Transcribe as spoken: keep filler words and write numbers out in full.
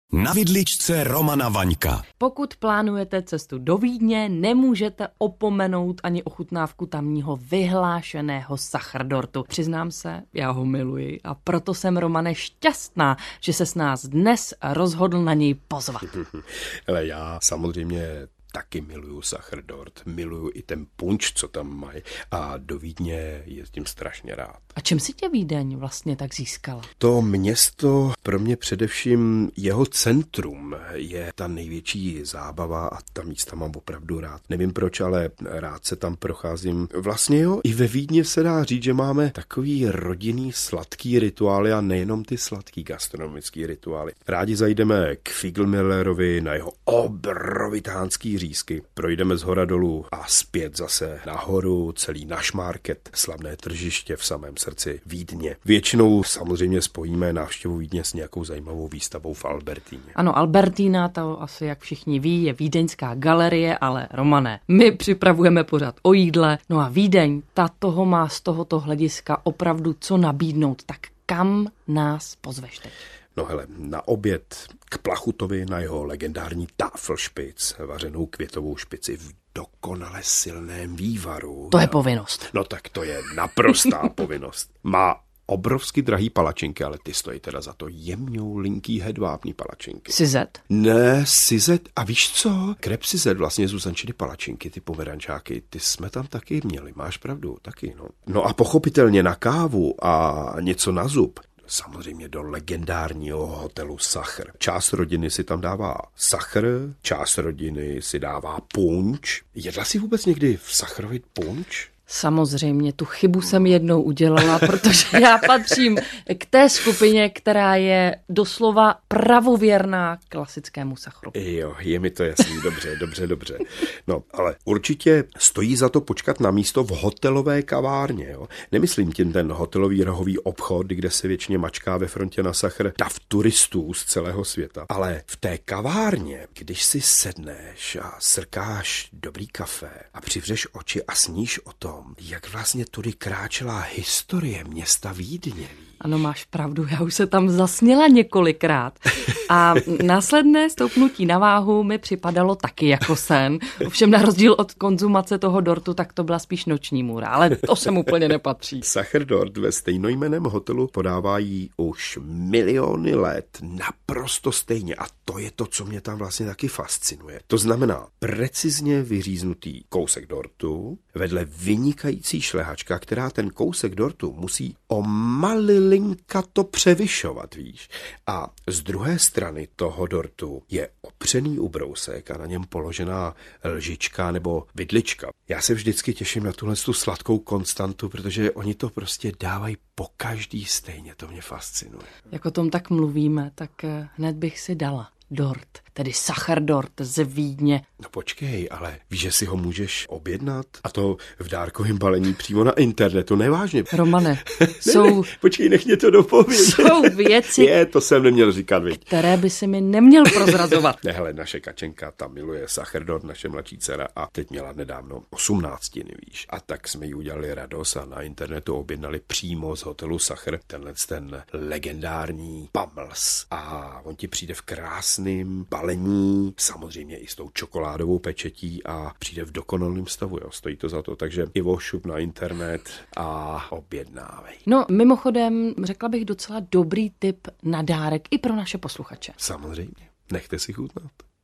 Na vidličce Romana Vaňka. Pokud plánujete cestu do Vídně, nemůžete opomenout ani ochutnávku tamního vyhlášeného Sacherdortu. Přiznám se, já ho miluji a proto jsem, Romane, šťastná, že se s nás dnes rozhodl na něj pozvat. Ale já samozřejmě taky miluju Sacherdort, miluju i ten punč, co tam mají, a do Vídně jezdím strašně rád. A čím si tě Vídeň vlastně tak získala? To město, pro mě především jeho centrum, je ta největší zábava a ta místa mám opravdu rád. Nevím proč, ale rád se tam procházím. Vlastně jo, i ve Vídni se dá říct, že máme takový rodinný sladký rituály a nejenom ty sladký gastronomický rituály. Rádi zajdeme k Figlmillerovi na jeho obrovitánský řízky. Projdeme z hora dolů a zpět zase nahoru, celý náš market, slavné tržiště v samém srdci Vídně. Většinou samozřejmě spojíme návštěvu Vídně s nějakou zajímavou výstavou v Albertíně. Ano, Albertína, to asi jak všichni ví, je vídeňská galerie, ale Romane, my připravujeme pořád o jídle, no a Vídeň, ta toho má z tohoto hlediska opravdu co nabídnout, tak kam nás pozveš teď? No hele, na oběd k Plachutovi na jeho legendární Tafelspitz, vařenou květovou špici v dokonale silném vývaru. To je povinnost. No tak to je naprostá povinnost. Má obrovsky drahý palačinky, ale ty stojí teda za to jemňou linký hedvábný palačinky. Sizet? Ne, Sizet. A víš co? Krep Sizet, vlastně Zuzančiny palačinky, ty pomerančáky, ty jsme tam taky měli, máš pravdu, taky, no. No a pochopitelně na kávu a něco na zub. Samozřejmě do legendárního hotelu Sachr. Část rodiny si tam dává sachr, část rodiny si dává punč. Jedla jsi vůbec někdy v Sachrovi punč? Samozřejmě, tu chybu jsem jednou udělala, protože já patřím k té skupině, která je doslova pravověrná klasickému Sachru. Jo, je mi to jasný, dobře, dobře, dobře. No, ale určitě stojí za to počkat na místo v hotelové kavárně, jo. Nemyslím tím ten hotelový rohový obchod, kde se většině mačká ve frontě na Sachr dav turistů z celého světa. Ale v té kavárně, když si sedneš a srkáš dobrý kafe a přivřeš oči a sníš o tom, jak vlastně tudy kráčela historie města Vídně. Ano, máš pravdu, já už se tam zasněla několikrát. A následné stoupnutí na váhu mi připadalo taky jako sen. Ovšem na rozdíl od konzumace toho dortu, tak to byla spíš noční můra, ale to sem úplně nepatří. Sacherdort ve stejnojmenném hotelu podávají už miliony let naprosto stejně a to je to, co mě tam vlastně taky fascinuje. To znamená precizně vyříznutý kousek dortu, vedle vynikající šlehačka, která ten kousek dortu musí o malilinka to převyšovat, víš. A z druhé strany toho dortu je opřený ubrousek a na něm položená lžička nebo vidlička. Já se vždycky těším na tuhle tu sladkou konstantu, protože oni to prostě dávají po každý stejně, to mě fascinuje. Jak o tom tak mluvíme, tak hned bych si dala dort, tedy Sacherdort z Vídně. No počkej, ale víš, že si ho můžeš objednat? A to v dárkovém balení přímo na internetu, nevážně. Romane, ne, jsou... Ne, počkej, nech mě to dopovědět. Jsou věci, je, to jsem neměl říkat, viď. Které by si mi neměl prozrazovat. Ne, hele, naše Kačenka, ta miluje Sacherdort, naše mladší dcera, a teď měla nedávno osmnáctiny, víš. A tak jsme jí udělali radost a na internetu objednali přímo z hotelu Sachr tenhle ten legendární Pamls. A on ti přijde v krásným balení, samozřejmě i s tou čokoládovou pečetí a přijde v dokonalém stavu, jo. Stojí to za to, takže i vošup na internet a objednávej. No, mimochodem, řekla bych docela dobrý tip na dárek i pro naše posluchače. Samozřejmě, nechte si chutnat.